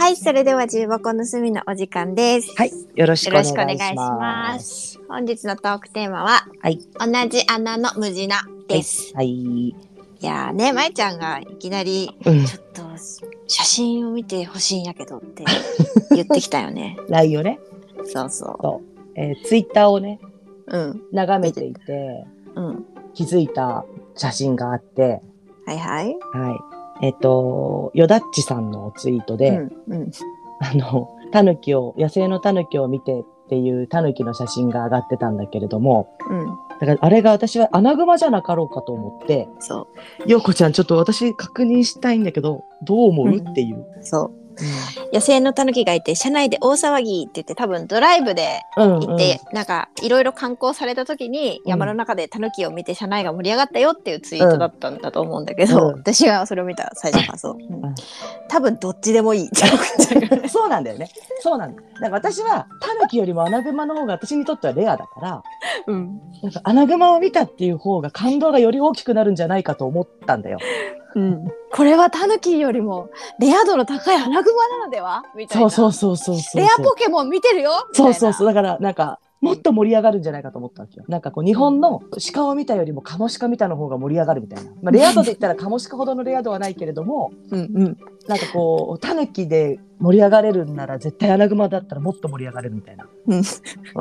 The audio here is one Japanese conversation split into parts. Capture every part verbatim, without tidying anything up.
はい、それでは重箱の隅のお時間です。 はい、よろしくお願いします。 よろしくお願いします。本日のトークテーマは、はい、同じ穴のムジナです。 はい。はい、 いやーね、まえちゃんがいきなり、 うん、 ちょっと写真を見てほしいんやけどって言ってきたよね。 ライン をね。 そうそう。 そう、えー、ツイッターをね、 うん、 眺めていて、 うん、 気づいた写真があって、 はいはい。 はい。えっ、ー、と、ヨダッチさんのツイートで、 うんうん、 あの、タヌキを、野生のタヌキを見てっていうタヌキの写真が上がってたんだけれども、うん、だからあれが私はアナグマじゃなかろうかと思って、そう。ヨウコちゃん、ちょっと私確認したいんだけど、どう思う、うん、っていう。 そう。うん、野生のタヌキがいて車内で大騒ぎって言って多分ドライブで行って、うんうん、なんかいろいろ観光された時に山の中でタヌキを見て車内が盛り上がったよっていうツイートだったんだと思うんだけど、うん、私はそれを見た最初からそう、うん、多分どっちでもいいって思っちゃうそうなんだよね。そうなんだ。だから私はタヌキよりもアナグマの方が私にとってはレアだから、うん、なんかアナグマを見たっていう方が感動がより大きくなるんじゃないかと思ったんだよ。 うん、これはタヌキよりもレア度の高いアナグマなのではみたいな。 そうそうそうそうそう。 レアポケモン見てるよみたいな。 そうそうそう。だからなんかもっと盛り上がるんじゃないかと思ったわけよ。なんかこう日本の鹿を見たよりもカモシカ見たの方が盛り上がるみたいな。まあ、レア度で言ったらカモシカほどのレア度はないけれども、うんうん、なんかこうタヌキで盛り上がれるんなら絶対アナグマだったらもっと盛り上がれるみたいな。うん、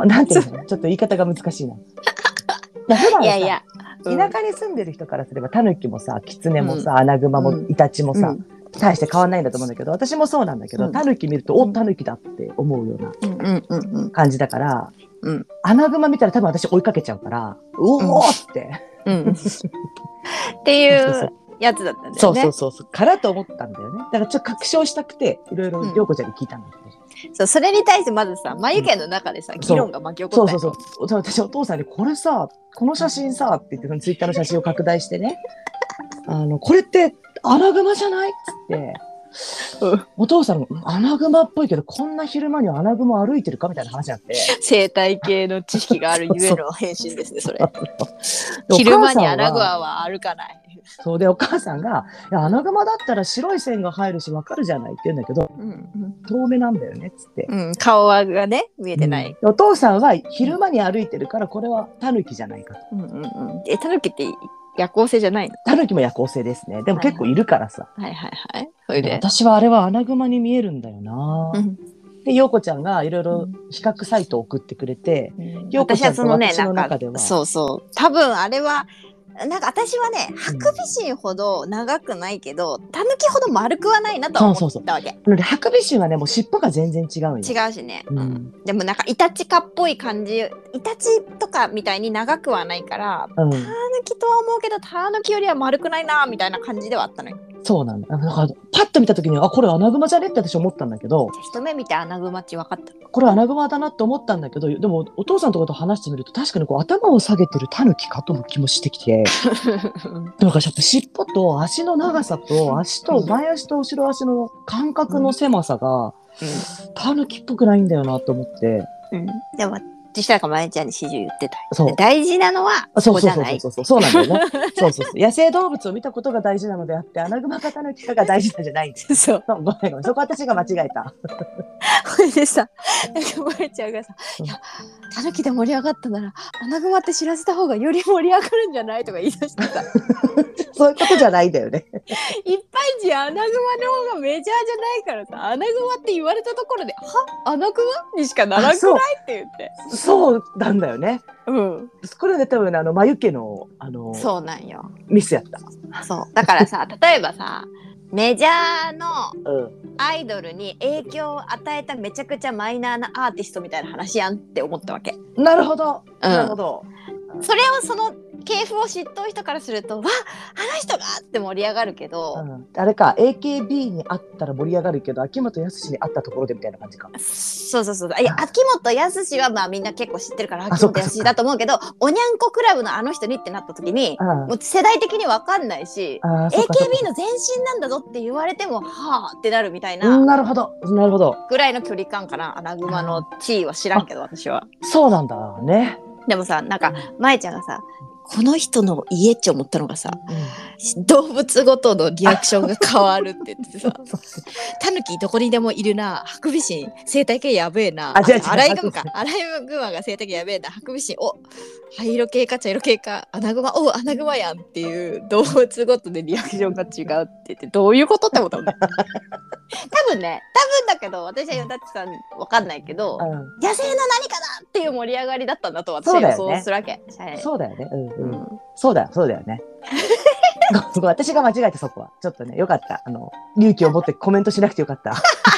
なんていうのちょっと言い方が難しいな。普段さ、いやいや、うん、田舎に住んでる人からすればタヌキもさ、キツネもさ、うん、アナグマもイタチもさ、うん、大して変わんないんだと思うんだけど、私もそうなんだけど、うん、タヌキ見ると、お、タヌキだって思うような感じだから、うん、アナグマ見たら多分私追いかけちゃうから、うおーって。うん、 っていうやつだったんだよね。 そうそうそうそう。からと思ったんだよね。だからちょっと確証したくて、いろいろりょうこちゃんに聞いたんだけど。 そう、それに対してまずさ、眉毛の中でさ、うん、議論が巻き起こったよ。 そうそうそう。私お父さんにこれさ、この写真さって言ってツイッターの写真を拡大してね、あのこれってアナグマじゃないっつって、うん、お父さんアナグマっぽいけどこんな昼間にアナグマ歩いてるかみたいな話になって、 生態系の知識があるゆえの返信ですねそれ。昼間にアナグマは歩かない。 そうでお母さんがいやアナグマだったら白い線が入るしわかるじゃないって言うんだけど、うんうん、遠目なんだよねっつって、 うん、顔がね見えてない、 うん、お父さんは昼間に歩いてるからこれはタヌキじゃないかと、うんうんうん、 えタヌキって夜行性じゃないの？ タヌキも夜行性ですね。でも結構いるからさ、 はいはいはい、それで私はあれはアナグマに見えるんだよな、うん、で陽子ちゃんがいろいろ比較サイトを送ってくれて、陽子、うん、ちゃんと私の中では、 ね、そうそう多分あれはなんか私はねハクビシンほど長くないけど、うん、タヌキほど丸くはないなと思ったわけ。そうそうそう。ハクビシンはねもう尻尾が全然違うよ。 違うしね、うん、でもなんかイタチ科っぽい感じ、イタチとかみたいに長くはないから、うん、タヌキとは思うけどタヌキよりは丸くないなみたいな感じではあったのよ。 そうなんだ。だからパッと見た時にあこれアナグマじゃねって私思ったんだけど、 一目見てアナグマって分かった。 これアナグマだなって思ったんだけど、でもお父さんとかと話してみると確かにこう頭を下げてるタヌキかとの気もしてきてなんかやっぱ尻尾と足の長さと足と前足と後ろ足の間隔の狭さが、うん、タヌキっぽくないんだよなと思って、 うん、でも実際かまえちゃんに始終言ってた。そう大事なのはそこじゃない。 そうそうそうそうそうなんだよね。そうそうそう野生動物を見たことが大事なのであってアナグマかタヌキかが大事なんじゃないんです。そうごめんごめんそこ私が間違えた。 これでさなんかまえちゃんがさ、うん、いやタヌキで盛り上がったならアナグマって知らせた方がより盛り上がるんじゃないとか言い出してさそういうことじゃないんだよね。 一般人アナグマの方がメジャーじゃないからさアナグマって言われたところではアナグマにしかならんくないって言ってそうなんだよね。 うん、 これね多分あの眉毛のあのそうなんよミスやった。 そうだからさ例えばさメジャーのアイドルに影響を与えためちゃくちゃマイナーなアーティストみたいな話やんって思ったわけ。 なるほど、うん、なるほど。 それをその系譜を知っとう人からするとわあの人がって盛り上がるけど、 うん、あれか エーケービー に会ったら盛り上がるけど秋元康に会ったところでみたいな感じか。 そうそうそう。いや秋元康はまあみんな結構知ってるから秋元康だと思うけどおにゃんこクラブのあの人にってなった時にもう世代的に分かんないし エーケービー の前身なんだぞって言われてもはあってなるみたいな、 うん、なるほどなるほどぐらいの距離感かな。アナグマの地位は知らんけど私は。 そうなんだね。 でもさなんかまえちゃんがさこの人の家って思ったのがさ、うん、動物ごとのリアクションが変わるって言ってさタヌキどこにでもいるな、ハクビシン生態系やべえな、あ違う違うアライグマかアライグマが生態系やべえな、ハクビシンお灰色系か茶色系か、アナグマおアナグマやんっていう動物ごとでリアクションが違うって言ってどういうことって思ったもんね多分ね多分だけど私はよだってさんわかんないけど、うん、野生の何かなっていう盛り上がりだったんだと私は予想するわけ。 そうだよね、うんうんうん、そうだよそうだよね私が間違えてそこはちょっとねよかった、あの勇気を持ってコメントしなくてよかった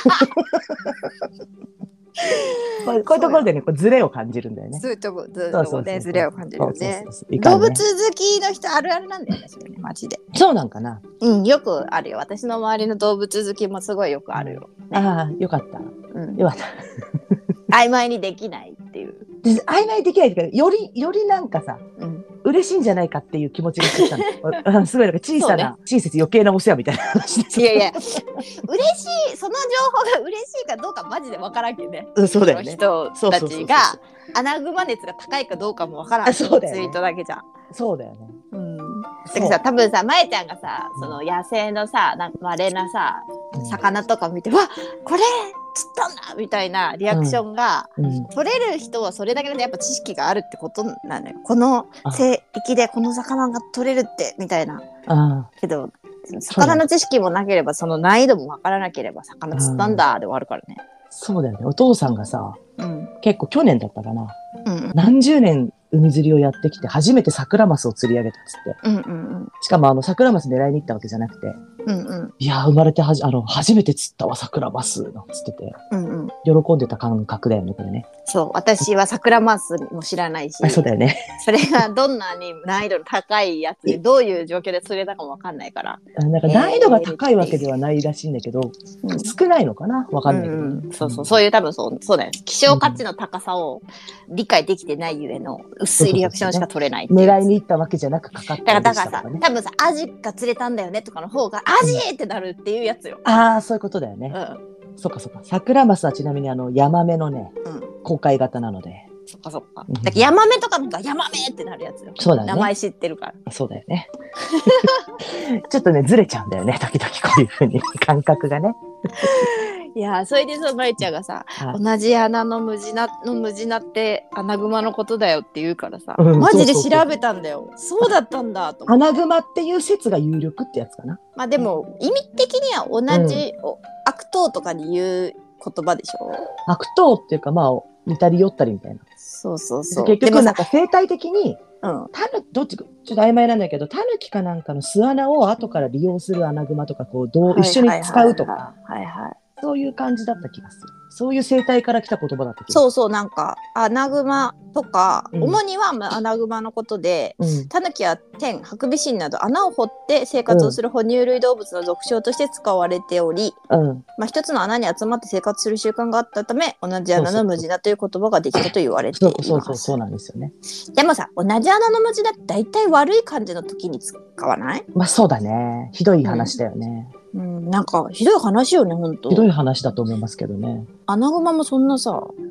こういうところでねこうズレを感じるんだよね。 そういうところでズレを感じるよね。動物好きの人あるあるなんだよねそれねマジで。 そうなんかな。 うんよくあるよ、私の周りの動物好きもすごいよくあるよ、 ね、ああよかった、うん、よかった曖昧にできないっていう曖昧にできないけどよりよりなんかさ、うん、嬉しいんじゃないかっていう気持ちがしてきたのすごいなんか小さな、ね、親切余計なお世話みたいな話です。 いやいや嬉しいその情報が嬉しいかどうかマジで分からんけどね、 うん、そうだよね、 人たちがアナグマ熱が高いかどうかも分からん、そうだよね、ツイートだけじゃん。 そうだよね、 うん、だからさ多分さまえちゃんがさその野生のさなんか稀なさ魚とか見て、うん、わこれ釣ったんだみたいなリアクションが、うんうん、取れる人はそれだけでやっぱ知識があるってことなのよ。この生域でこの魚が取れるってみたいな。けど魚の知識もなければその難易度も分からなければ魚釣ったんだで終わるからね。 そうだよね。お父さんがさ、うん、結構去年だったかな、うん、何十年海釣りをやってきて初めてサクラマスを釣り上げたっつって、うんうんうん、しかもあのサクラマス狙いに行ったわけじゃなくて、うんうん、いや生まれてはじあの初めて釣ったわサクラマスなんつってて、うんうん、喜んでた感覚だよねこれね。 そう私はサクラマスも知らないしあそうだよねそれがどんなに難易度の高いやつでどういう状況で釣れたかも分かんないからなんか難易度が高いわけではないらしいんだけど、えー、少ないのかな分かんないけど、 うんうん、そうそうそういう多分そうそうだよ、希少価値の高さを理解できてないゆえの薄いリアクションしか取れないっていう、 狙いに行ったわけじゃなくかかったりしたとか、ね、だからさ多分さアジが釣れたんだよねとかの方がアジってなるっていうやつよ、 うん、ああそういうことだよね、うん、そっかそっか。サクラマスはちなみにあのヤマメのね、うん、公開型なので、 そっかそっか、だからヤマメとかのがヤマメってなるやつよ。 そうだね、 名前知ってるからそうだよねちょっとねずれちゃうんだよね時々こういう風に感覚がねいやそれでさまいちゃんがさ、はい、同じ穴のムジナのムジナってアナグマのことだよって言うからさ、うん、マジで調べたんだよ。そうだったんだと思って。 アナグマっていう説が有力ってやつかな。 まあでも意味的には同じ、うん、悪党とかに言う言葉でしょ。 悪党っていうかまあ似たり寄ったりみたいな。 そうそうそう。 結局なんか生態的にうん、タヌどっちかちょっと曖昧なんだけどタヌキかなんかの巣穴を後から利用するアナグマとかこうどう、はい、一緒に使うとか、はいはい、そういう感じだった気がする。そういう生態から来た言葉だった気がする。 そうそうなんかアナグマとか、うん、主にはアナグマのことで、うん、タヌキやテンハクビシンなど穴を掘って生活をする哺乳類動物の俗称として使われており、うんまあ、一つの穴に集まって生活する習慣があったため同じ穴のムジナという言葉ができたと言われています。 そうそうそうなんですよね。 でもさ同じ穴のムジナって大体悪い感じの時に使わない？ まあそうだね。ひどい話だよね。 うんうん、なんかひどい話よね本当。 ひどい話だと思いますけどね。 アナグマもそんなさ、うん、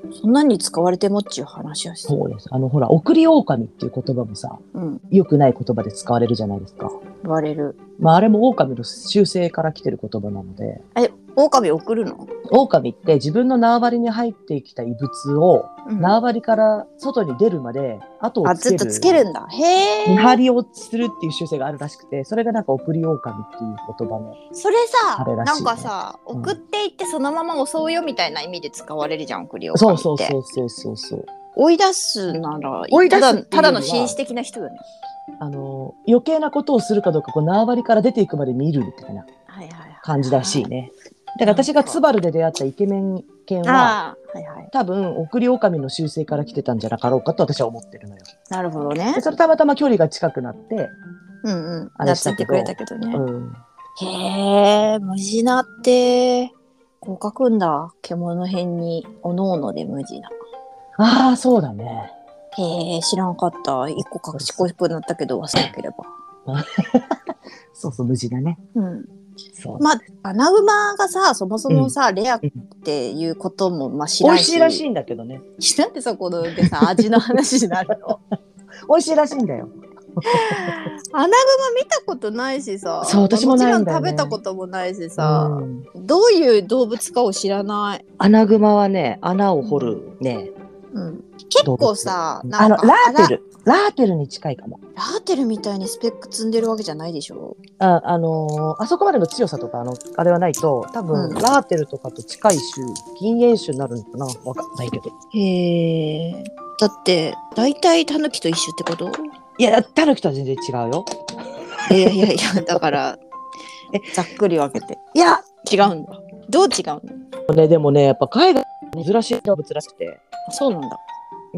そんなに使われてもっちゅう話やし。 そうです。あのほら送り狼っていう言葉もさ、うん、良くない言葉で使われるじゃないですか。 言われる。 まああれも狼の習性から来てる言葉なので。 え、狼送るの？ 狼って自分の縄張りに入ってきた異物を、うん、縄張りから外に出るまで後をつける。あ、ずっとつけるんだ。へー。見張りをするっていう習性があるらしくて、それがなんか送り狼っていう言葉の。 それさ、ね、なんかさ、送っていってそのまま襲うよみたいな意味で使われるじゃん、送り狼って。そうそうそうそうそう。追い出すなら、追い出すただ、ただの紳士的な人よね。 あの余計なことをするかどうかこう縄張りから出ていくまで見るみたいな感じらしいね。だから私がツバルで出会ったイケメン犬は、はいはい、多分送り狼の習性から来てたんじゃなかろうかと私は思ってるのよ。 なるほどね。 でそれたまたま距離が近くなってうんうんあれしたけど、懐いてくれたけどね、うん、へえムジナってこう書くんだ。獣編におのおのでムジナ。 ああそうだね。 へえ知らんかった。一個賢くなったけど忘れなければそうそうムジナね。うんそうまあアナグマがさそもそもさ、うん、レアっていうこともまあ知らんし美味しいらしいんだけどね。 なんでそこでさ味の話になるの美味しいらしいんだよ。 アナグマ見たことないしさ、 そう私もないんだよね。 もちろん食べたこともないしさ、うん、どういう動物かを知らない。 アナグマはね、穴を掘るね、 うん、結構さ、 なんかあのラーテルラーテルに近いかも。 ラーテルみたいにスペック積んでるわけじゃないでしょ。 あ、あのー、あそこまでの強さとかあのあれはないと多分、うん、ラーテルとかと近い種銀煙種になるのかな、わかんないけど。 へえ。だって大体タヌキと一緒ってこと？ いやタヌキとは全然違うよ。 いやいやいやだからえざっくり分けて。 いや違うんだ。どう違うの？ ね、でもねやっぱ海外珍しい動物らしくて。 そうなんだ。 うん。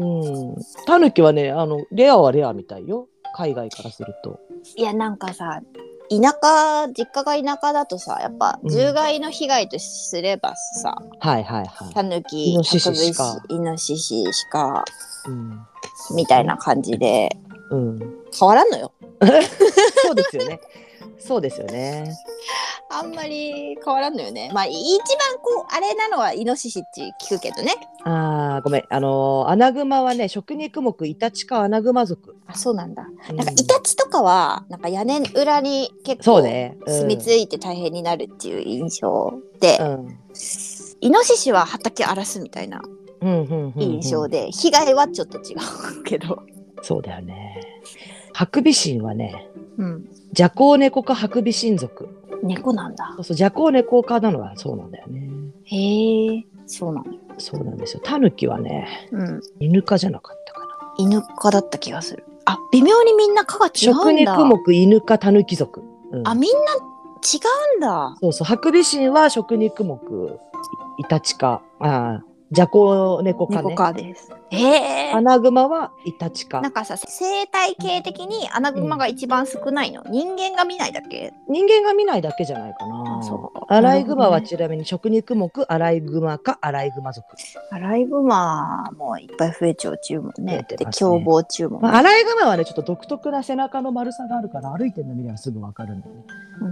タヌキはねあのレアはレアみたいよ、海外からすると。 いやなんかさ、田舎実家が田舎だとさ、やっぱ獣害の被害とすればさ、 うん、はいはいはい。 タヌキ、 イノシシかイノシシしか、 うん、 みたいな感じで、 うん、 変わらんのよ。 そうですよね。そうですよね。 あんまり変わらんのよね。まあ一番こうあれなのはイノシシって聞くけどね。 あーごめん、あのー、アナグマはね食肉目イタチかアナグマ属。 あ、そうなんだ。うん、なんかイタチとかはなんか屋根裏に結構住み着いて大変になるっていう印象で、うん、イノシシは畑荒らすみたいな印象で、被害はちょっと違うけど。 そうだよね。ハクビシンはね、 うん、 ジャコウネコかハクビシン属。 猫なんだ。 そうそう、ジャコウネコ科なのはそうなんだよね。 へえ、そうなの。 そうなんですよ。タヌキはね、 うん、 犬科じゃなかったかな。 犬科だった気がする。あ、微妙にみんな科が違うんだ。 食肉目犬科タヌキ属。 うん、あ、みんな違うんだ。 そうそう、ハクビシンは食肉目イタチ科。ああ。ジャコウネコ科ね。 猫科です。えー、 アナグマはイタチ科。 なんかさ、生態系的にアナグマが一番少ないの、うん、人間が見ないだけ？ 人間が見ないだけじゃないかな。そうアライグマはちなみに食肉目アライグマかアライグマ属。 アライグマもいっぱい増えちゃう中もね。で凶暴中も、ね。 まあ、アライグマはねちょっと独特な背中の丸さがあるから歩いてるの見ればすぐわかるんだよね。 うん、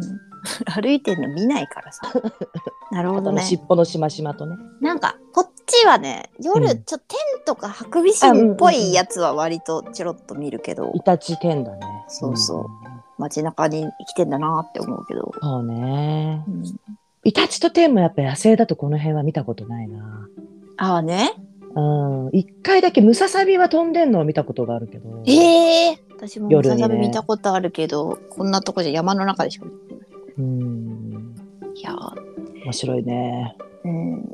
歩いてるの見ないからさ。なるほどね。 尻尾のしましまとね。 なんかこっちはね夜、うん、ちょっとテンとかハクビシンっぽいやつは割とチロッと見るけど。 イタチテンだね。 そうそう。うん、街中に生きてんだなって思うけど。 そうね。うん、イタチとテンもやっぱ野生だとこの辺は見たことないな。 ああね。 うん。一回だけムササビは飛んでんのを見たことがあるけど。 ええー、私もムササビ見たことあるけど、ね、こんなとこじゃ山の中でしか見てない。うん。いや面白いね。 うん、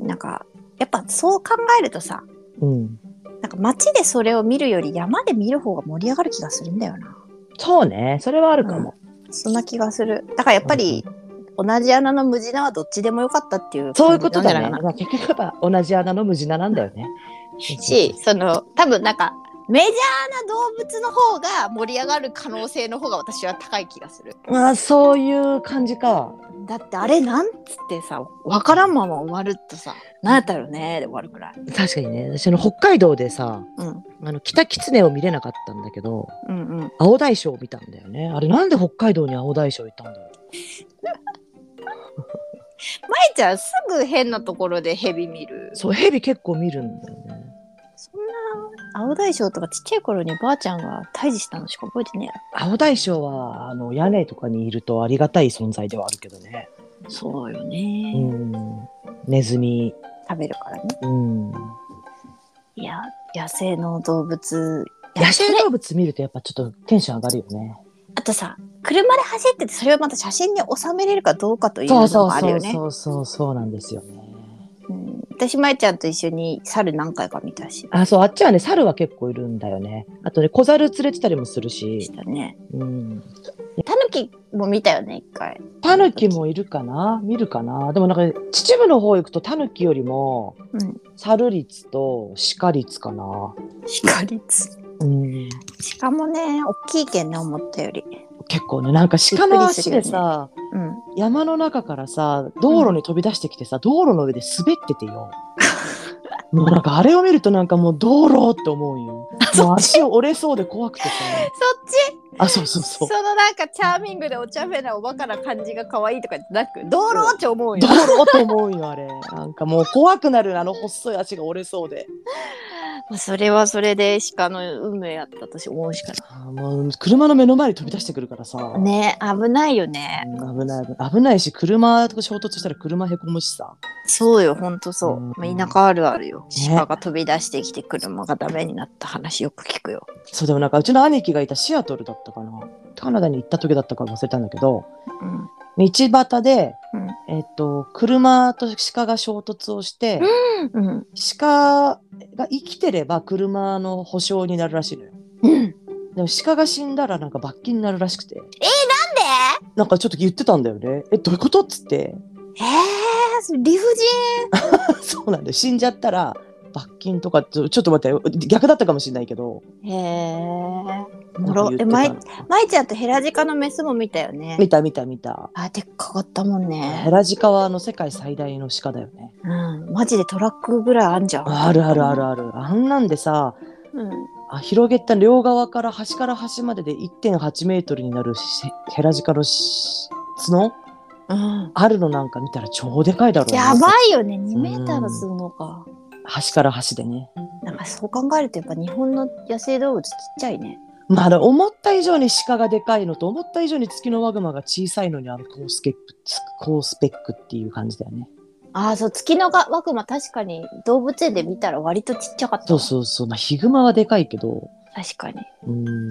なんかやっぱそう考えるとさ、 うん、 なんか街でそれを見るより山で見る方が盛り上がる気がするんだよな。 そうね、それはあるかも。 うん、そんな気がする。だからやっぱり、うん、同じ穴のムジナはどっちでもよかったっていうそういうことだね。まあ、結局は同じ穴のムジナなんだよね。 し、その多分なんかメジャーな動物の方が盛り上がる可能性の方が私は高い気がする。 まあそういう感じか。 だってあれなんつってさ分からんまま終わるとさなんやったろうねで終わるくらい。 確かにね。私の北海道でさ、うん、あの北キツネを見れなかったんだけど、 うんうん、 青大将を見たんだよね。あれなんで北海道に青大将いたんだろう。 まいちゃんすぐ変なところでヘビ見る。 そうヘビ結構見るんだよね。 そんな青大将とかちっちゃい頃にばあちゃんが退治したのしか覚えてねえよ。 青大将はあの屋根とかにいるとありがたい存在ではあるけどね。 そうよね。 うん。ネズミ食べるからね。 うん。 いや野生の動物野生動物見るとやっぱちょっとテンション上がるよね。 あとさ車で走っててそれをまた写真に収めれるかどうかというのもあるよね。 そうそうそうそうそうなんですよね。 うん、私まいちゃんと一緒に猿何回か見たし。 あ、そうあっちはね猿は結構いるんだよね。あとね小猿連れてたりもするし。 したね。 うん。 タヌキも見たよね一回。 タヌキもいるかな見るかな。でもなんか、ね、秩父の方行くとタヌキよりも、うん、猿率と鹿率かな。 鹿率。 うん。 鹿もね大きいけんね思ったより。 結構ねなんか鹿の足でさ、ねうん、山の中からさ道路に飛び出してきてさ、うん、道路の上で滑っててよもうなんかあれを見るとなんかもう道路って思うよ。もう足折れそうで怖くてさそっちあそうそうそうそのなんかチャーミングでお茶目なおバカな感じが可愛いとかじゃなく道路って思うよ。 道路って思うよあれなんかもう怖くなるあの細い足が折れそうでそれはそれで鹿の運命やったと思うしかない。もう車の目の前に飛び出してくるからさ。 ね、危ないよね。 危ない危ないし、車と衝突したら車へこむしさ。 そうよ、ほんとそう。うん、田舎あるあるよ。 ね、 鹿が飛び出してきて車がダメになった話よく聞くよ。 そう、でもなんかうちの兄貴がいたシアトルだったかな。カナダに行った時だったか忘れたんだけど、うん、道端で、うん、えっと、車と鹿が衝突をして、うんうん、鹿が生きてれば車の保証になるらしいのよ。うん、でも鹿が死んだらなんか罰金になるらしくて。えー、なんで？ なんかちょっと言ってたんだよね。え、どういうことっつって。 えー、理不尽。 そうなんだよ。死んじゃったら罰金とかちょ、ちょっと待って、逆だったかもしれないけど。 へえ。え、まい、まいちゃんとヘラジカのメスも見たよね。 見た見た見た。 あ、でっかかったもんね。 ヘラジカはあの世界最大の鹿だよね。 うん、マジでトラックぐらいあんじゃん。 あるあるあるある。あんなんでさ、うん、あ、広げた両側から端から端までで いってんはちメートルになるヘラジカの角、うん、あるのなんか見たら超でかいだろうね。 やばいよね、にメーターの角か。 端から端でね。 なんかそう考えるとやっぱ日本の野生動物ちっちゃいね。 まあ、思った以上に鹿がでかいのと思った以上にツキノワグマが小さいのにあの高スペック、高スペックっていう感じだよね。 ああ、そう、ツキノワグマ確かに動物園で見たら割とちっちゃかった。 そうそうそう。まあ、ヒグマはでかいけど。 確かに。うん、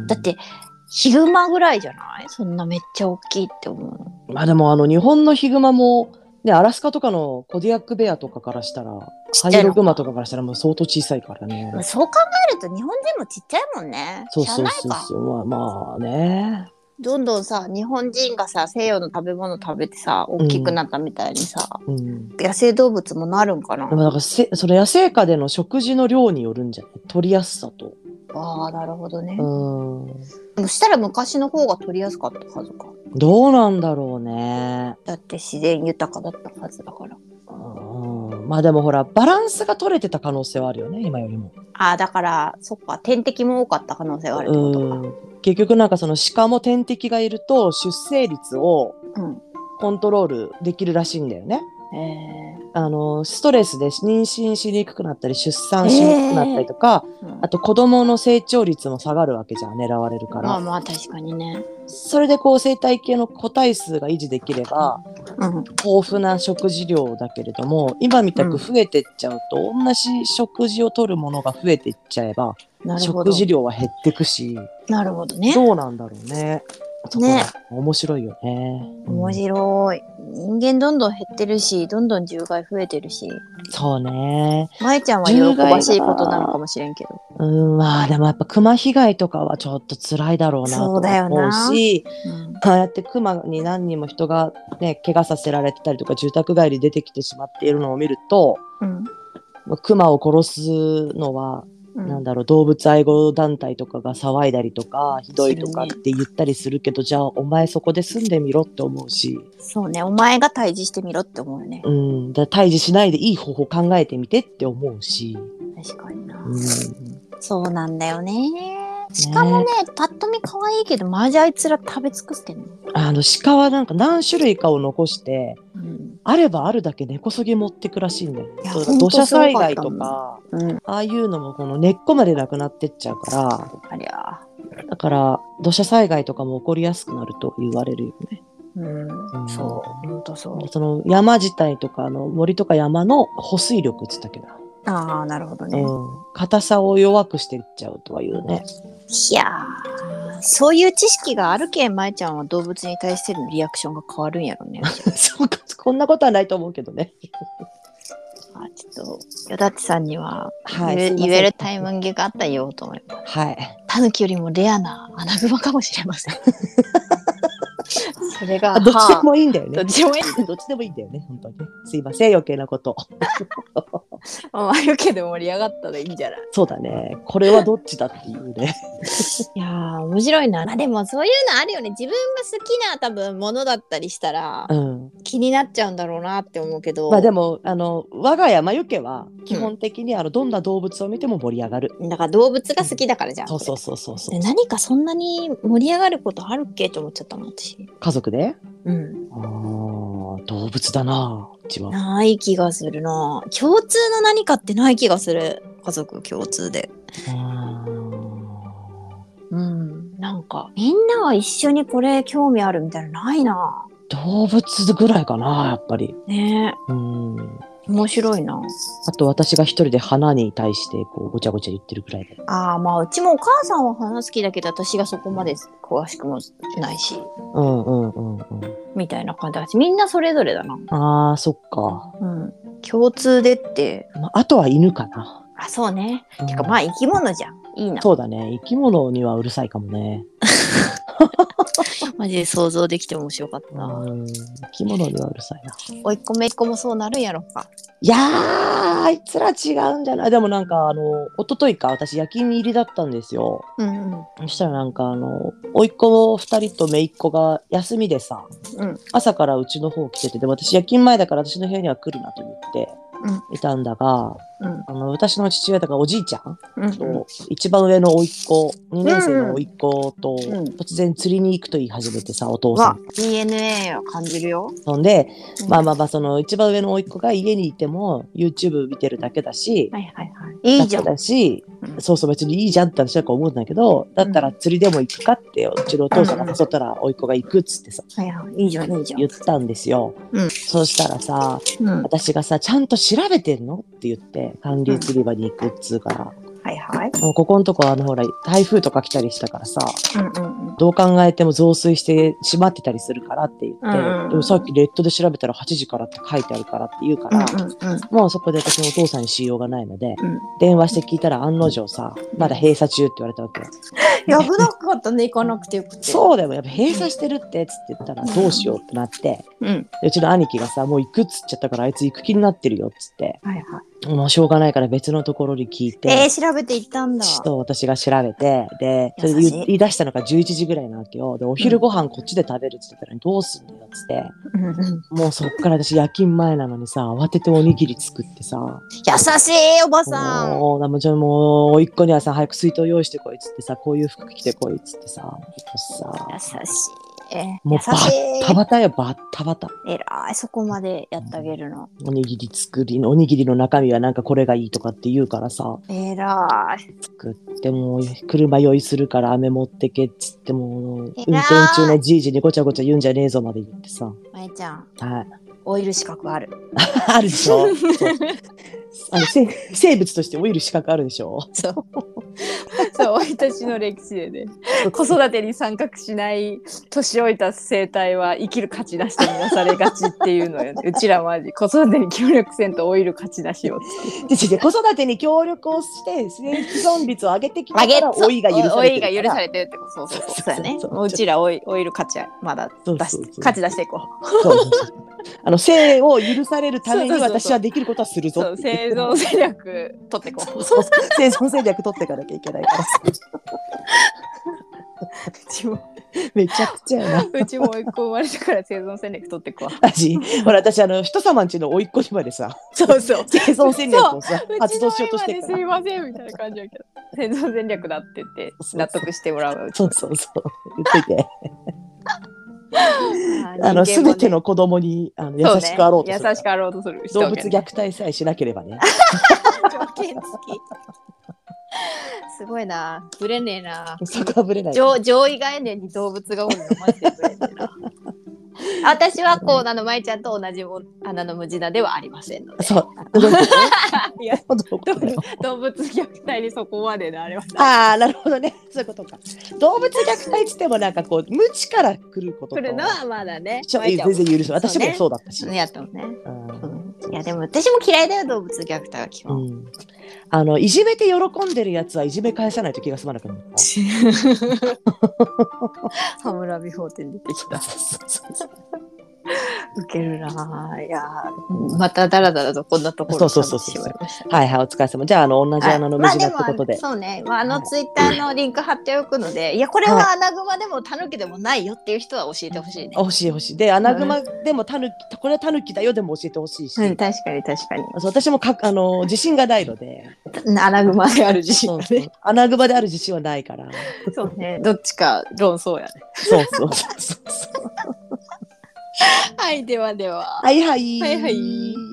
だってヒグマぐらいじゃない？そんなめっちゃ大きいって思うの。 まあでもあの日本のヒグマもね、アラスカとかのコディアックベアとかからしたら、ハイログマとかからしたらもう相当小さいからね。 そう考えると日本人もちっちゃいもんね。 そうそうそうそう。まあまあね。 どんどんさ、日本人がさ、西洋の食べ物食べてさ、大きくなったみたいにさ、うん、野生動物もなるんかな。 でもだからせそれ野生下での食事の量によるんじゃない？取りやすさと。 ああ、なるほどね。うん。そしたら昔の方が取りやすかったはずか。 どうなんだろうね。 だって自然豊かだったはずだから。 うん。まあでもほら、バランスが取れてた可能性はあるよね、今よりも。 ああ、だから、そっか、天敵も多かった可能性があるってことか。 結局なんかその鹿も天敵がいると出生率をコントロールできるらしいんだよね。えー、あのストレスで妊娠しにくくなったり出産しにくくなったりとか、えーうん、あと子供の成長率も下がるわけじゃん、狙われるから。 まあまあ確かにね。 それでこう生態系の個体数が維持できれば、うん、豊富な食事量だけれども今みたく増えてっちゃうと、うん、同じ食事を取るものが増えていっちゃえば食事量は減ってくし。 なるほどね。 どうなんだろうね。ね、面白いよね。 面白い。人間どんどん減ってるし、どんどん獣害増えてるし。 そうね。 まえちゃんは喜ばしいことなのかもしれんけど。 うん、まあでもやっぱクマ被害とかはちょっと辛いだろうなと思うし、うん、ああやってクマに何人も人がね怪我させられてたりとか住宅街に出てきてしまっているのを見ると、うん、クマを殺すのは。うん、なんだろう、動物愛護団体とかが騒いだりとかひどいとかって言ったりするけど、ね、じゃあお前そこで住んでみろって思うし。 そうね、お前が退治してみろって思うね。 うん、だ退治しないでいい方法考えてみてって思うし。 確かにな、うん、そうなんだよね。鹿もね、パッと見可愛いけどマジあいつら食べ尽くしてんの。 あの鹿はなんか何種類かを残して、うん、あればあるだけ根こそぎ持ってくらしいんだよね。土砂災害とか、うん、ああいうのもこの根っこまでなくなってっちゃうから、ありゃだから土砂災害とかも起こりやすくなると言われるよね。うん、うん、そう本当そう。その山自体とかの森とか山の保水力っつったっけな。 ああ、なるほどね。 うん、硬さを弱くしていっちゃうとは言うね。 いやー、そういう知識があるけん、まえちゃんは動物に対してのリアクションが変わるんやろね。 そうか、こんなことはないと思うけどね。 あ、ちょっとよだちさんには言え、はい、言えるタイミングがあったら言おうと思います。はい。タヌキよりもレアなアナグマかもしれません。それがどっちでもいいんだよね。 どっちでもいい。 どっちでもいいんだよね、本当に。すいません、余計なこと。 まあ余計で盛り上がったらいいんじゃない？ そうだね。これはどっちだっていうね。 いやー面白いな。まあでもそういうのあるよね。自分が好きな多分ものだったりしたら、うん、気になっちゃうんだろうなって思うけど。 まあでもあの我が家まゆけは基本的にあの、うん、どんな動物を見ても盛り上がる。 だから動物が好きだからじゃん。 うん、そうそうそうそう。 何かそんなに盛り上がることあるっけと思っちゃったもん私。 家族で？ うん。 ああ動物だなうちは。 ない気がするな。共通の何かってない気がする。 家族共通で。うん、なんかみんなは一緒にこれ興味あるみたいなのないな。 動物ぐらいかな、やっぱり。 ねえ。うん。 面白いな。 あと私が一人で花に対してこうごちゃごちゃ言ってるくらいで。 ああ、まあうちもお母さんは花好きだけど私がそこまで詳しくもないし。 うんうんうんうん。 みたいな感じだし、みんなそれぞれだな。 ああ、そっか。 うん。共通でって。 まあ、あとは犬かな。 あ、そうね。 うん、 てかまあ生き物じゃん。いいな。 そうだね。生き物にはうるさいかもね。 マジで想像できて面白かったな。 うん。生き物にはうるさいな。 おいっ子めいっ子もそうなるんやろか。 いやー、あいつら違うんじゃない。でもなんかあの一昨日か私夜勤入りだったんですよ。うんうん。そしたらなんかあのおいっ子ふたりとめいっ子が休みでさ、うん、朝からうちの方来てて、でも私夜勤前だから私の部屋には来るなと言っていたんだが、うん、あの私の父親だからおじいちゃん、うん、と一番上のおいっ子にねん生のおいっ子と突然釣りに行くと言い始めてさ、お父さんディーエヌエー を感じるよ。 そんで、うん、まあまあまあその一番上のおいっ子が家にいても YouTube 見てるだけだし、はいはいはい、いいじゃんだし、うん、そうそう別にいいじゃんって私は思うんだけど、だったら釣りでも行くかってうちのお父さんが誘ったらおいっ子が行くっつってさ、 はいはい、いいじゃんいいじゃん言ったんですよ。うん、そうしたらさ、うん、私がさちゃんと調べてんのって言って韓流釣り場に行くっつうから、うんはいはい、もうここのとこあのほら台風とか来たりしたからさ、うんうんうん、どう考えても増水して閉まってたりするからって言って、うんうん、でもさっきネットで調べたらはちじからって書いてあるからって言うから、うんうんうん、もうそこで私のお父さんにしようがないので、うん、電話して聞いたら案の定さまだ閉鎖中って言われたわけよ。 や危なかったね行かなくてよくて。 そうだよ、やっぱ閉鎖してるってっつって言ったらどうしようってなって、うん、うちの兄貴がさもう行くっつっちゃったからあいつ行く気になってるよっつって、はいはい、もうしょうがないから別のところに聞いて、 えー、調べて行ったんだ。 そう私が調べて、でそれで言い出したのがじゅういちじぐらいなわけよ。でお昼ご飯こっちで食べるって言ったら、うん、どうすんのよっつって、うん、もうそっから私夜勤前なのにさ慌てておにぎり作ってさ、 優しいおばさん。 もうじゃあもうおいっ子にはさ早く水筒用意してこいっつってさ、こういう服着てこいっつってさ、さ優しい、 もうバッタバタよバッタバタ。 えらいそこまでやってあげるの。 おにぎり作りのおにぎりの中身はなんかこれがいいとかって言うからさ、 えらい作っても車用意するから飴持ってけっつっても運転中のじいじにごちゃごちゃ言うんじゃねえぞまで言ってさ、 まえちゃん、 はい、 オイル資格あるあるでしょあの生物としてオイル資格あるでしょ。 そうそう私の歴史でね子育てに参画しない年老いた生態は生きる価値なしとみなされがちっていうのよ、ね、うちらマジ子育てに協力せんと老いる価値なしよって子育てに協力をして生存率を上げてきたから老いが許されてるから、老いが許されてるってそうそうそうそうやね。うちら老い老いる価値はまだ出して価値出していこう。そうそうそうあの生を許されるために私はできることはするぞって。 生存戦略取ってこう。 そう生存戦略取っていかなきゃいけないから。 うちもめちゃくちゃやな。 うちも甥っ子生まれたから生存戦略取ってこう。 私ほら私あの人様んちの甥っ子にまでさ、 そうそう生存戦略をさ発動しようとしてるから。 すみませんみたいな感じだけど、生存戦略だって言って納得してもらう。 そうそうそう言っといて。あの全ての子供にあの優しくあろうとする、 ね、優しくあろうとする、 動物虐待さえしなければね。 条件付き。すごいな、ぶれねえな。 そこはぶれない。 上, 上位概念に動物がおるのマジでぶれねえな。私はこうあのまいちゃんと同じ穴の無地なではありませんので。 そう。 いや動物虐待にそこまでのあれはない。 ああなるほどね、そういうことか。動物虐待つってもなんかこう無知から来ることと。 来るのはまだね。 全然許す。私もそうだったし。 ね、やったもんね。うん、いやでも私も嫌いだよ動物虐待は基本。うん、 あのいじめて喜んでるやつはいじめ返さないと気が済まなくなる。 ハムラビ法廷に出てきた。ウケるな。いやまただらだらとこんなところにしまいました。 はいはいお疲れ様。じゃああの同じ穴の無地なってことで、 まあ、そうね、まあ、あのツイッターのリンク貼っておくので、はい、いやこれはアナグマでもタヌキでもないよっていう人は教えてほしいね。 欲しい欲しい。でアナグマでもタヌキ、これはタヌキだよでも教えてほしいし、 うん、確かに確かに。 そう私もかあの自信がないのでアナグマである自信がね。そうそうアナグマである自信はないから。 そうね、どっちか論争やね。 そうそうそうそう。 はい、ではでは。 はいはい。 はいはい。